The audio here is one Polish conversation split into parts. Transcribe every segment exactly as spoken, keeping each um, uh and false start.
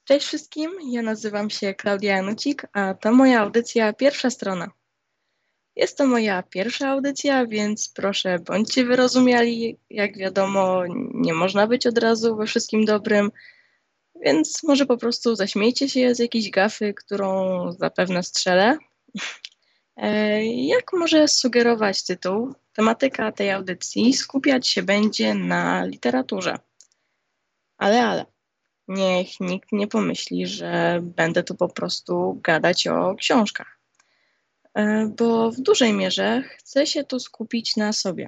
Cześć wszystkim, ja nazywam się Klaudia Janucik, a to moja audycja Pierwsza Strona. Jest to moja pierwsza audycja, więc proszę bądźcie wyrozumiali. Jak wiadomo, nie można być od razu we wszystkim dobrym, więc może po prostu zaśmiejcie się z jakiejś gafy, którą zapewne strzelę. E, Jak może sugerować tytuł, tematyka tej audycji skupiać się będzie na literaturze. Ale, ale. Niech nikt nie pomyśli, że będę tu po prostu gadać o książkach, E, bo w dużej mierze chcę się tu skupić na sobie,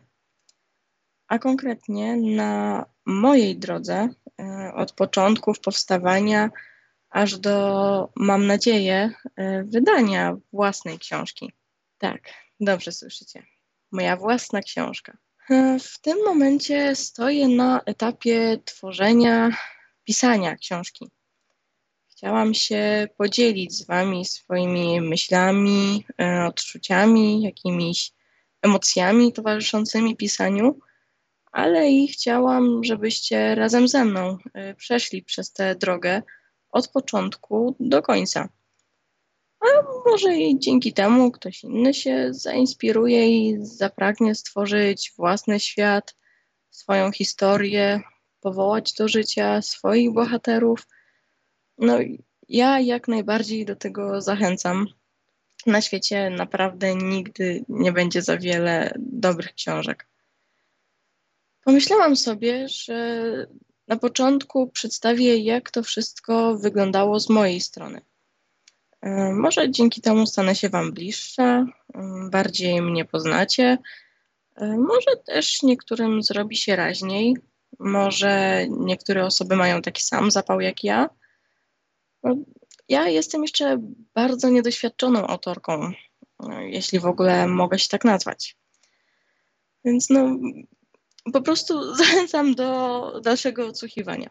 a konkretnie na mojej drodze e, od początków powstawania aż do, mam nadzieję, e, wydania własnej książki. Tak, dobrze słyszycie. Moja własna książka. E, W tym momencie stoję na etapie tworzenia, pisania książki. Chciałam się podzielić z Wami swoimi myślami, e, odczuciami, jakimiś emocjami towarzyszącymi pisaniu, ale i chciałam, żebyście razem ze mną e, przeszli przez tę drogę od początku do końca. A może i dzięki temu ktoś inny się zainspiruje i zapragnie stworzyć własny świat, swoją historię, powołać do życia swoich bohaterów. No, ja jak najbardziej do tego zachęcam. Na świecie naprawdę nigdy nie będzie za wiele dobrych książek. Pomyślałam sobie, że na początku przedstawię, jak to wszystko wyglądało z mojej strony. E, Może dzięki temu stanę się Wam bliższa, m, bardziej mnie poznacie, e, może też niektórym zrobi się raźniej, może niektóre osoby mają taki sam zapał jak ja. No, ja jestem jeszcze bardzo niedoświadczoną autorką, no, jeśli w ogóle mogę się tak nazwać. Więc no, po prostu zachęcam do dalszego odsłuchiwania.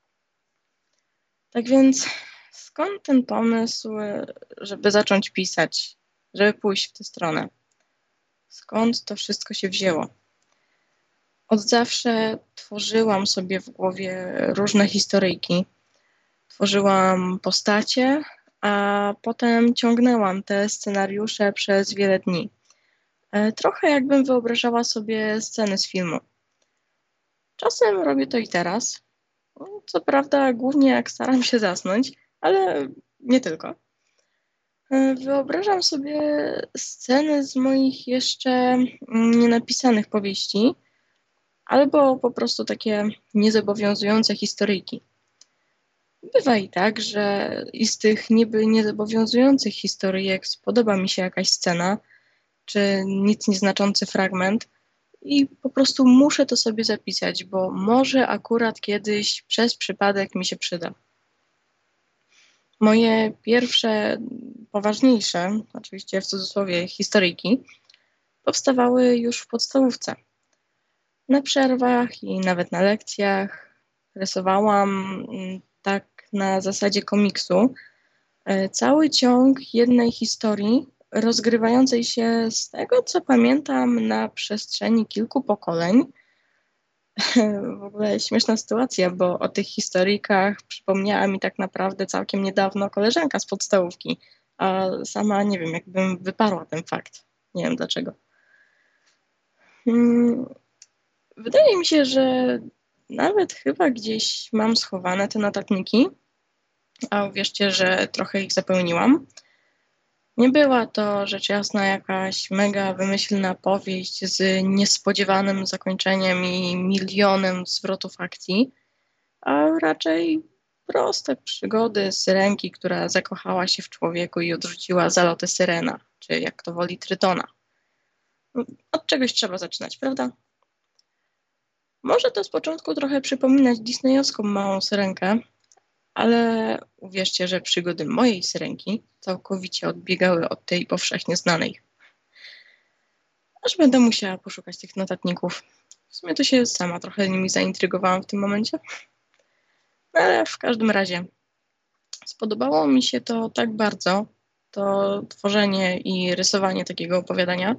Tak więc, skąd ten pomysł, żeby zacząć pisać, żeby pójść w tę stronę? Skąd to wszystko się wzięło? Od zawsze tworzyłam sobie w głowie różne historyjki. Tworzyłam postacie, a potem ciągnęłam te scenariusze przez wiele dni. E, Trochę jakbym wyobrażała sobie sceny z filmu. Czasem robię to i teraz. No, co prawda, głównie jak staram się zasnąć, ale nie tylko. E, Wyobrażam sobie sceny z moich jeszcze mm, nienapisanych powieści, albo po prostu takie niezobowiązujące historyjki. Bywa i tak, że i z tych niby niezobowiązujących historyjek spodoba mi się jakaś scena, czy nic nieznaczący fragment i po prostu muszę to sobie zapisać, bo może akurat kiedyś przez przypadek mi się przyda. Moje pierwsze, poważniejsze, oczywiście w cudzysłowie, historyjki powstawały już w podstawówce. Na przerwach i nawet na lekcjach rysowałam mm, tak na zasadzie komiksu e, cały ciąg jednej historii rozgrywającej się z tego, co pamiętam na przestrzeni kilku pokoleń. W ogóle śmieszna sytuacja, bo o tych historyjkach przypomniała mi tak naprawdę całkiem niedawno koleżanka z podstawówki, a sama nie wiem, jakbym wyparła ten fakt. Nie wiem dlaczego. Hmm, Wydaje mi się, że nawet chyba gdzieś mam schowane te notatniki, a uwierzcie, że trochę ich zapełniłam. Nie była to rzecz jasna jakaś mega wymyślna powieść z niespodziewanym zakończeniem i milionem zwrotów akcji, a raczej proste przygody syrenki, która zakochała się w człowieku i odrzuciła zaloty syrena, czy jak to woli Trytona. Od czegoś trzeba zaczynać, prawda? Może to z początku trochę przypominać disneyowską małą syrenkę, ale uwierzcie, że przygody mojej syrenki całkowicie odbiegały od tej powszechnie znanej. Aż będę musiała poszukać tych notatników. W sumie to się sama trochę nimi zaintrygowałam w tym momencie. No ale w każdym razie spodobało mi się to tak bardzo, to tworzenie i rysowanie takiego opowiadania,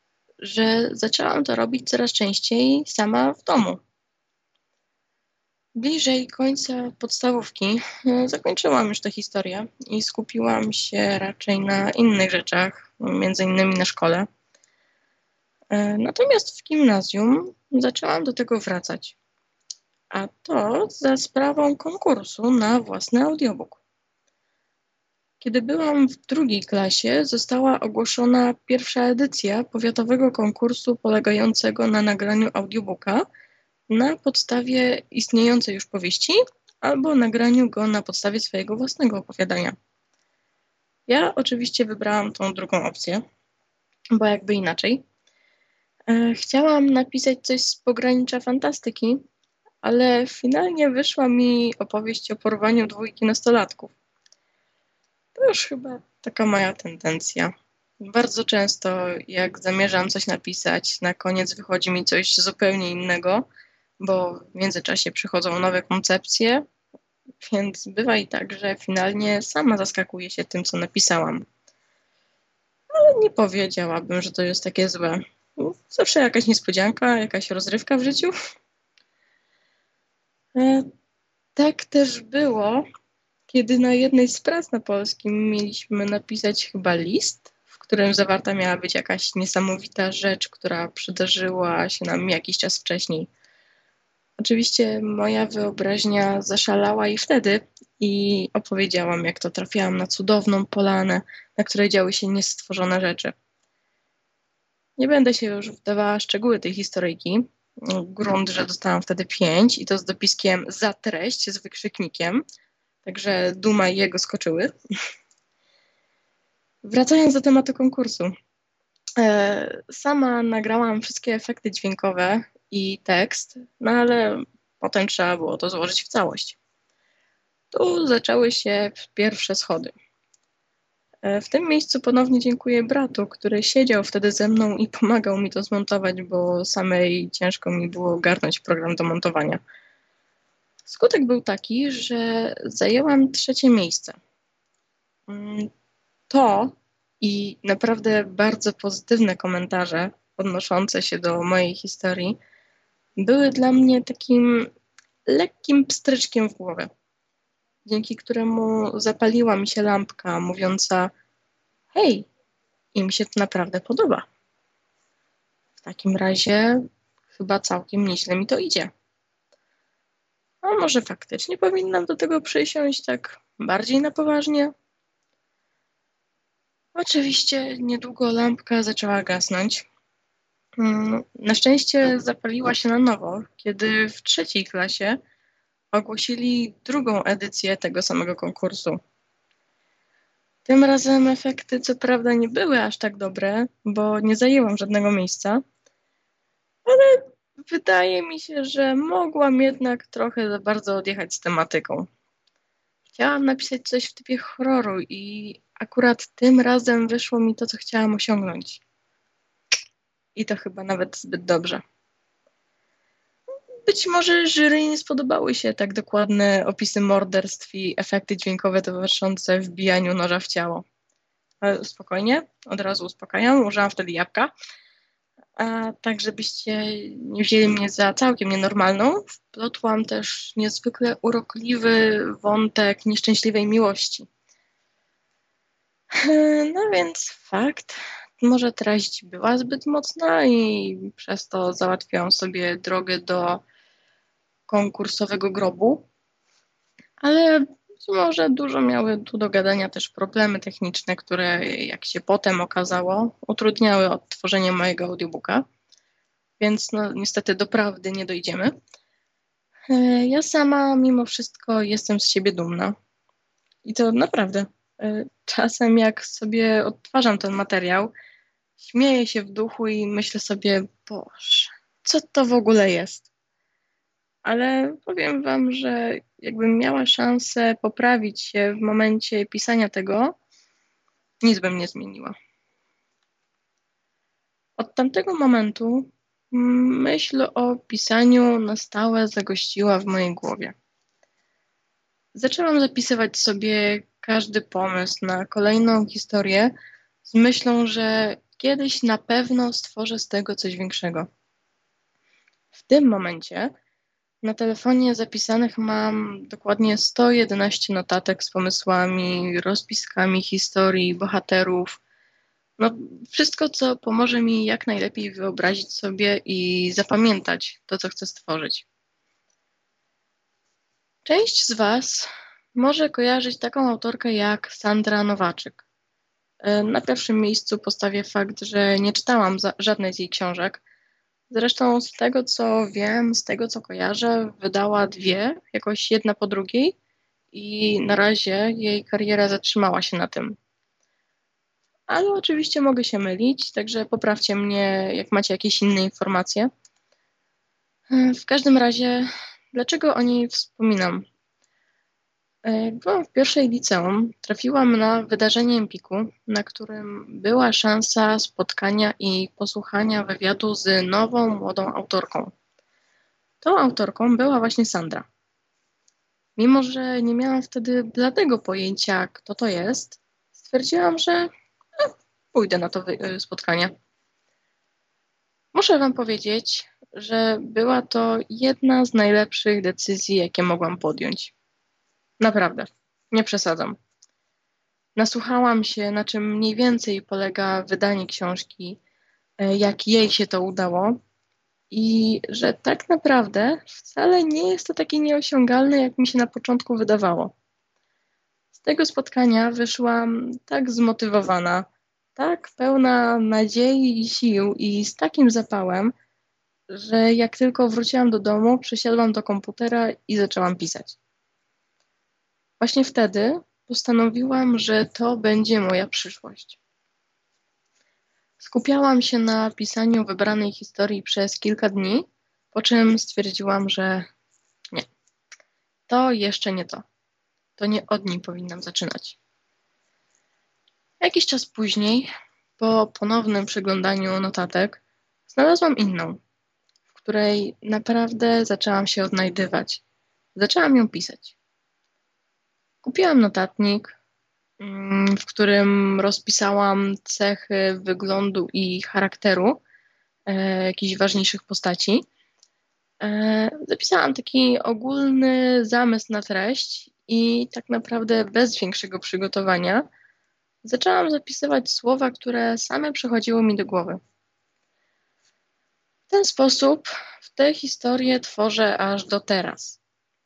że zaczęłam to robić coraz częściej sama w domu. Bliżej końca podstawówki e, zakończyłam już tę historię i skupiłam się raczej na innych rzeczach, między innymi na szkole. E, Natomiast w gimnazjum zaczęłam do tego wracać, a to za sprawą konkursu na własny audiobook. Kiedy byłam w drugiej klasie, została ogłoszona pierwsza edycja powiatowego konkursu polegającego na nagraniu audiobooka na podstawie istniejącej już powieści albo nagraniu go na podstawie swojego własnego opowiadania. Ja oczywiście wybrałam tą drugą opcję, bo jakby inaczej. E, Chciałam napisać coś z pogranicza fantastyki, ale finalnie wyszła mi opowieść o porwaniu dwójki nastolatków. To już chyba taka moja tendencja. Bardzo często, jak zamierzam coś napisać, na koniec wychodzi mi coś zupełnie innego, bo w międzyczasie przychodzą nowe koncepcje, więc bywa i tak, że finalnie sama zaskakuję się tym, co napisałam. Ale nie powiedziałabym, że to jest takie złe. Zawsze jakaś niespodzianka, jakaś rozrywka w życiu. E, tak też było, kiedy na jednej z prac na polskim mieliśmy napisać chyba list, w którym zawarta miała być jakaś niesamowita rzecz, która przydarzyła się nam jakiś czas wcześniej. Oczywiście moja wyobraźnia zaszalała i wtedy i opowiedziałam, jak to trafiałam na cudowną polanę, na której działy się niestworzone rzeczy. Nie będę się już wdawała w szczegóły tej historyjki. Grunt, że dostałam wtedy pięć i to z dopiskiem za treść z wykrzyknikiem, także duma i jego skoczyły. Wracając do tematu konkursu. E, sama nagrałam wszystkie efekty dźwiękowe i tekst, no ale potem trzeba było to złożyć w całość. Tu zaczęły się pierwsze schody. E, W tym miejscu ponownie dziękuję bratu, który siedział wtedy ze mną i pomagał mi to zmontować, bo samej ciężko mi było ogarnąć program do montowania. Skutek był taki, że zajęłam trzecie miejsce. Mm, To i naprawdę bardzo pozytywne komentarze odnoszące się do mojej historii były dla mnie takim lekkim pstryczkiem w głowę, dzięki któremu zapaliła mi się lampka mówiąca: hej, im się to naprawdę podoba. W takim razie chyba całkiem nieźle mi to idzie. A może faktycznie powinnam do tego przysiąść tak bardziej na poważnie? Oczywiście niedługo lampka zaczęła gasnąć. Mm, Na szczęście zapaliła się na nowo, kiedy w trzeciej klasie ogłosili drugą edycję tego samego konkursu. Tym razem efekty co prawda nie były aż tak dobre, bo nie zajęłam żadnego miejsca, ale wydaje mi się, że mogłam jednak trochę za bardzo odjechać z tematyką. Chciałam napisać coś w typie horroru i akurat tym razem wyszło mi to, co chciałam osiągnąć. I to chyba nawet zbyt dobrze. Być może jury nie spodobały się tak dokładne opisy morderstw i efekty dźwiękowe towarzyszące wbijaniu noża w ciało. Ale spokojnie, od razu uspokajam, użyłam wtedy jabłka. A tak, żebyście nie wzięli mnie za całkiem nienormalną, wplotłam też niezwykle urokliwy wątek nieszczęśliwej miłości. No więc fakt, może treść była zbyt mocna i przez to załatwiałam sobie drogę do konkursowego grobu, ale być może dużo miały tu do gadania też problemy techniczne, które, jak się potem okazało, utrudniały odtworzenie mojego audiobooka, więc no, niestety do prawdy nie dojdziemy. E, Ja sama mimo wszystko jestem z siebie dumna i to naprawdę. E, Czasem jak sobie odtwarzam ten materiał, śmieję się w duchu i myślę sobie: Boże, co to w ogóle jest? Ale powiem wam, że jakbym miała szansę poprawić się w momencie pisania tego, nic bym nie zmieniła. Od tamtego momentu mm, myśl o pisaniu na stałe zagościła w mojej głowie. Zaczęłam zapisywać sobie każdy pomysł na kolejną historię z myślą, że kiedyś na pewno stworzę z tego coś większego. W tym momencie Na telefonie zapisanych mam dokładnie sto jedenaście notatek z pomysłami, rozpiskami historii, bohaterów. No, wszystko, co pomoże mi jak najlepiej wyobrazić sobie i zapamiętać to, co chcę stworzyć. Część z Was może kojarzyć taką autorkę jak Sandra Nowaczyk. E, Na pierwszym miejscu postawię fakt, że nie czytałam za- żadnej z jej książek. Zresztą z tego, co wiem, z tego, co kojarzę, wydała dwie, jakoś jedna po drugiej i na razie jej kariera zatrzymała się na tym. Ale oczywiście mogę się mylić, także poprawcie mnie, jak macie jakieś inne informacje. E, W każdym razie, dlaczego o niej wspominam? E, Jak byłam w pierwszej liceum, trafiłam na wydarzenie Empiku, na którym była szansa spotkania i posłuchania wywiadu z nową, młodą autorką. Tą autorką była właśnie Sandra. Mimo że nie miałam wtedy bladego pojęcia, kto to jest, stwierdziłam, że e, pójdę na to wy- e, spotkanie. Muszę Wam powiedzieć, że była to jedna z najlepszych decyzji, jakie mogłam podjąć. Naprawdę, nie przesadzam. Nasłuchałam się, na czym mniej więcej polega wydanie książki, e, jak jej się to udało i że tak naprawdę wcale nie jest to takie nieosiągalne, jak mi się na początku wydawało. Z tego spotkania wyszłam tak zmotywowana, tak pełna nadziei i sił i z takim zapałem, że jak tylko wróciłam do domu, przesiadłam do komputera i zaczęłam pisać. Właśnie wtedy postanowiłam, że to będzie moja przyszłość. Skupiałam się na pisaniu wybranej historii przez kilka dni, po czym stwierdziłam, że nie, to jeszcze nie to. To nie od niej powinnam zaczynać. Jakiś czas później, po ponownym przeglądaniu notatek, znalazłam inną, w której naprawdę zaczęłam się odnajdywać. Zaczęłam ją pisać. Kupiłam notatnik, mm, w którym rozpisałam cechy wyglądu i charakteru e, jakichś ważniejszych postaci. E, Zapisałam taki ogólny zamysł na treść i tak naprawdę bez większego przygotowania zaczęłam zapisywać słowa, które same przychodziły mi do głowy. W ten sposób w tę historię tworzę aż do teraz.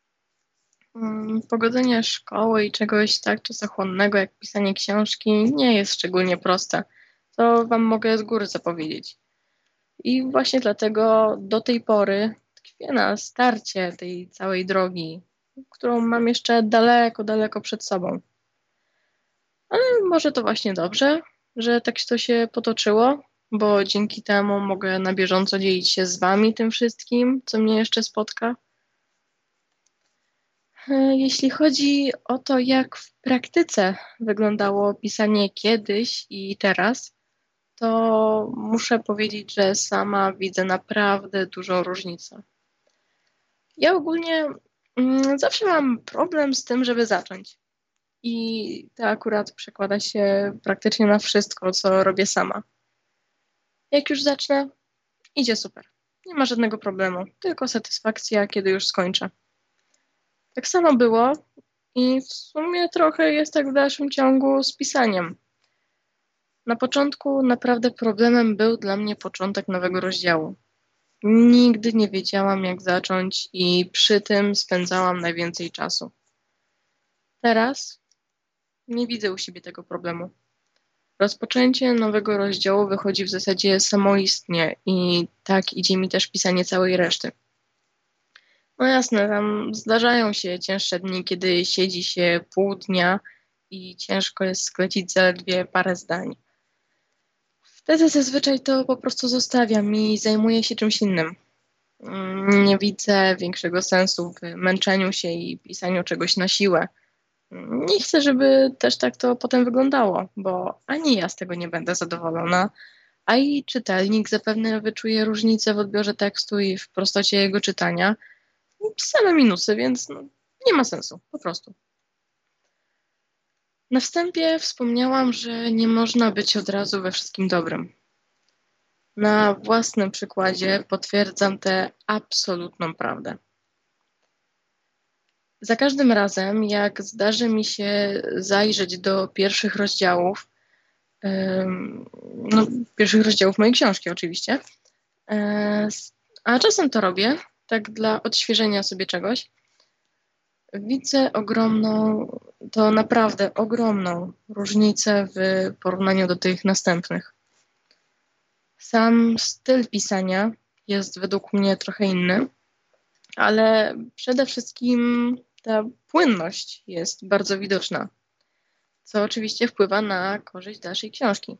Mm, Pogodzenie szkoły i czegoś tak czasochłonnego jak pisanie książki nie jest szczególnie proste. To Wam mogę z góry zapowiedzieć. I właśnie dlatego do tej pory tkwię na starcie tej całej drogi, którą mam jeszcze daleko, daleko przed sobą. Ale może to właśnie dobrze, że tak to się potoczyło, bo dzięki temu mogę na bieżąco dzielić się z Wami tym wszystkim, co mnie jeszcze spotka. E, Jeśli chodzi o to, jak w praktyce wyglądało pisanie kiedyś i teraz, to muszę powiedzieć, że sama widzę naprawdę dużą różnicę. Ja ogólnie mm, zawsze mam problem z tym, żeby zacząć. I to akurat przekłada się praktycznie na wszystko, co robię sama. Jak już zacznę, idzie super. Nie ma żadnego problemu, tylko satysfakcja, kiedy już skończę. Tak samo było i w sumie trochę jest tak w dalszym ciągu z pisaniem. Na początku naprawdę problemem był dla mnie początek nowego rozdziału. Nigdy nie wiedziałam, jak zacząć i przy tym spędzałam najwięcej czasu. Teraz nie widzę u siebie tego problemu. Rozpoczęcie nowego rozdziału wychodzi w zasadzie samoistnie i tak idzie mi też pisanie całej reszty. No jasne, tam zdarzają się cięższe dni, kiedy siedzi się pół dnia i ciężko jest sklecić zaledwie parę zdań. Wtedy zazwyczaj to po prostu zostawiam i zajmuję się czymś innym. Mm, Nie widzę większego sensu w męczeniu się i pisaniu czegoś na siłę. Mm, Nie chcę, żeby też tak to potem wyglądało, bo ani ja z tego nie będę zadowolona, a i czytelnik zapewne wyczuje różnicę w odbiorze tekstu i w prostocie jego czytania. Same minusy, więc no, nie ma sensu, po prostu. Na wstępie wspomniałam, że nie można być od razu we wszystkim dobrym. Na własnym przykładzie potwierdzam tę absolutną prawdę. Za każdym razem, jak zdarzy mi się zajrzeć do pierwszych rozdziałów, em, no, pierwszych rozdziałów mojej książki oczywiście, e, s- a czasem to robię, tak dla odświeżenia sobie czegoś, widzę ogromną, to naprawdę ogromną różnicę w porównaniu do tych następnych. Sam styl pisania jest według mnie trochę inny, ale przede wszystkim ta płynność jest bardzo widoczna, co oczywiście wpływa na korzyść dalszej książki.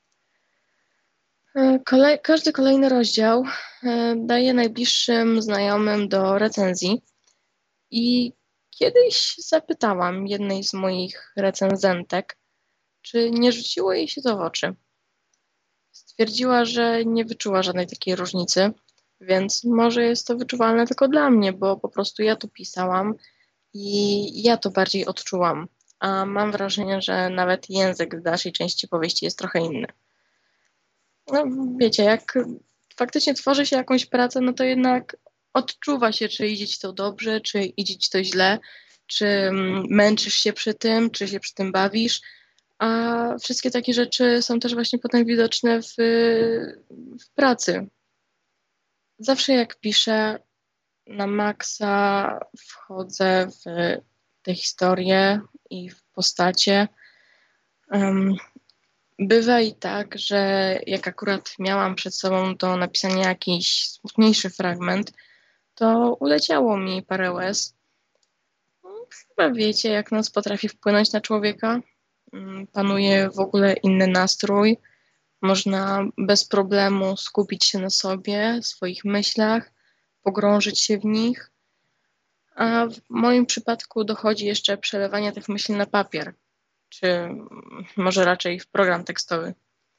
E, Kolej, każdy kolejny rozdział e, daje najbliższym znajomym do recenzji i kiedyś zapytałam jednej z moich recenzentek, czy nie rzuciło jej się to w oczy. Stwierdziła, że nie wyczuła żadnej takiej różnicy, więc może jest to wyczuwalne tylko dla mnie, bo po prostu ja to pisałam i ja to bardziej odczułam. A mam wrażenie, że nawet język w dalszej części powieści jest trochę inny. No, wiecie, jak faktycznie tworzy się jakąś pracę, no to jednak odczuwa się, czy idzie ci to dobrze, czy idzie ci to źle, czy mm, męczysz się przy tym, czy się przy tym bawisz. A wszystkie takie rzeczy są też właśnie potem widoczne w, w pracy. Zawsze jak piszę, na maksa wchodzę w tę historię i w postacie. Um, bywa i tak, że jak akurat miałam przed sobą do napisania jakiś smutniejszy fragment, to uleciało mi parę łez. No, chyba wiecie, jak noc potrafi wpłynąć na człowieka. Mm, Panuje w ogóle inny nastrój. Można bez problemu skupić się na sobie, swoich myślach, pogrążyć się w nich. A w moim przypadku dochodzi jeszcze przelewanie tych myśli na papier, czy mm, może raczej w program tekstowy.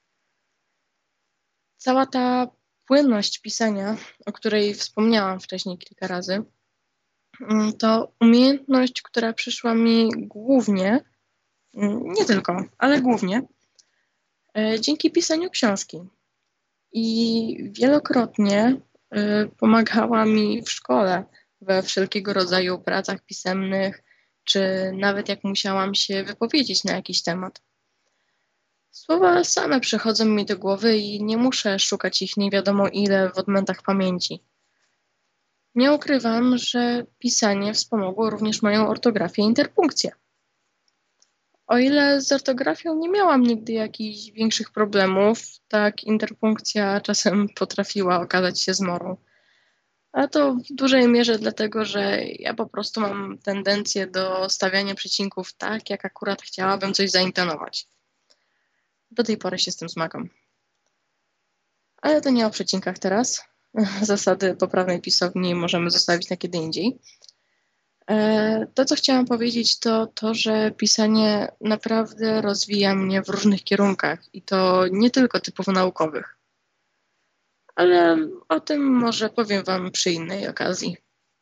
Cała ta płynność pisania, o której wspomniałam wcześniej kilka razy, mm, to umiejętność, która przyszła mi głównie, mm, nie tylko, ale głównie e, dzięki pisaniu książki. I wielokrotnie e, pomagała mi w szkole we wszelkiego rodzaju pracach pisemnych, czy nawet jak musiałam się wypowiedzieć na jakiś temat. Słowa same przychodzą mi do głowy i nie muszę szukać ich nie wiadomo ile w odmętach pamięci. Nie ukrywam, że pisanie wspomogło również moją ortografię i interpunkcję. O ile z ortografią nie miałam nigdy jakichś większych problemów, tak interpunkcja czasem potrafiła okazać się zmorą. Ale to w dużej mierze dlatego, że ja po prostu mam tendencję do stawiania przecinków tak, jak akurat chciałabym coś zaintonować. Do tej pory się z tym zmagam. Ale to nie o przecinkach teraz. Zasady poprawnej pisowni możemy zostawić na kiedy indziej. E, To, co chciałam powiedzieć, to to, że pisanie naprawdę rozwija mnie w różnych kierunkach i to nie tylko typowo naukowych. Ale o tym może powiem Wam przy innej okazji.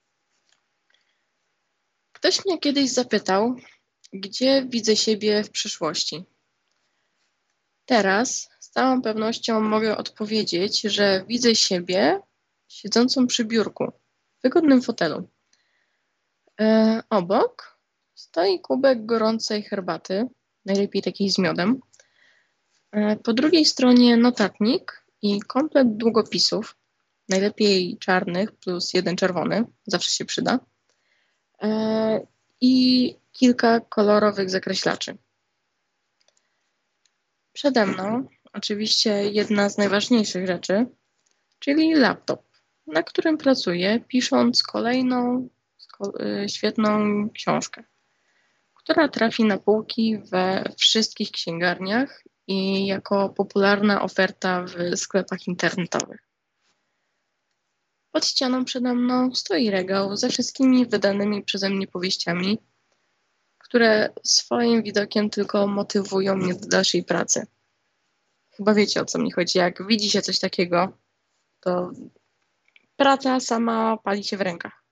Ktoś mnie kiedyś zapytał, gdzie widzę siebie w przyszłości. Teraz z całą pewnością mogę odpowiedzieć, że widzę siebie siedzącą przy biurku, w wygodnym fotelu. E, obok stoi kubek gorącej herbaty, najlepiej takiej z miodem. E, po drugiej stronie notatnik i komplet długopisów, najlepiej czarnych plus jeden czerwony, zawsze się przyda. E, I kilka kolorowych zakreślaczy. Przede mną oczywiście jedna z najważniejszych rzeczy, czyli laptop, na którym pracuję, pisząc kolejną y, świetną książkę, która trafi na półki we wszystkich księgarniach i jako popularna oferta w sklepach internetowych. Pod ścianą przede mną stoi regał ze wszystkimi wydanymi przeze mnie powieściami, które swoim widokiem tylko motywują mnie do dalszej pracy. Chyba wiecie, o co mi chodzi. Jak widzi się coś takiego, to praca sama pali się w rękach.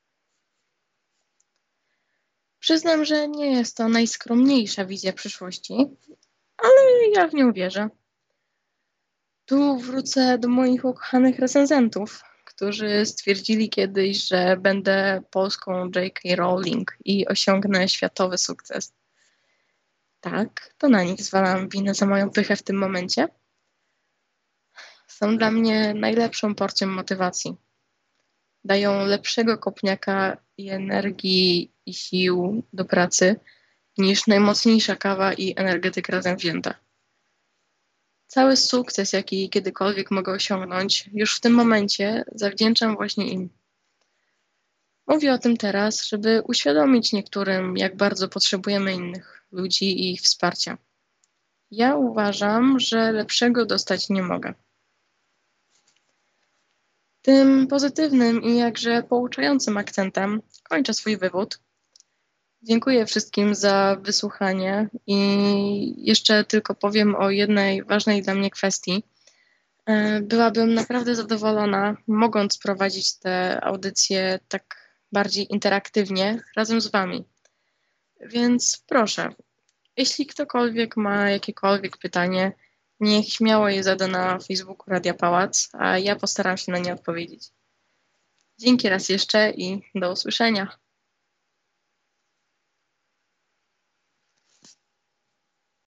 Przyznam, że nie jest to najskromniejsza wizja przyszłości, ale ja w nią wierzę. Tu wrócę do moich ukochanych recenzentów, którzy stwierdzili kiedyś, że będę polską J K. Rowling i osiągnę światowy sukces. Tak, to na nich zwalam winę za moją pychę w tym momencie. Są dla mnie najlepszą porcją motywacji. Dają lepszego kopniaka i energii i sił do pracy niż najmocniejsza kawa i energetyk razem wzięte. Cały sukces, jaki kiedykolwiek mogę osiągnąć, już w tym momencie zawdzięczam właśnie im. Mówię o tym teraz, żeby uświadomić niektórym, jak bardzo potrzebujemy innych ludzi i ich wsparcia. Ja uważam, że lepszego dostać nie mogę. Tym pozytywnym i jakże pouczającym akcentem kończę swój wywód. Dziękuję wszystkim za wysłuchanie i jeszcze tylko powiem o jednej ważnej dla mnie kwestii. Byłabym naprawdę zadowolona, mogąc prowadzić te audycje tak bardziej interaktywnie razem z Wami. Więc proszę, jeśli ktokolwiek ma jakiekolwiek pytanie, niech śmiało je zada na Facebooku Radia Pałac, a ja postaram się na nie odpowiedzieć. Dzięki raz jeszcze i do usłyszenia.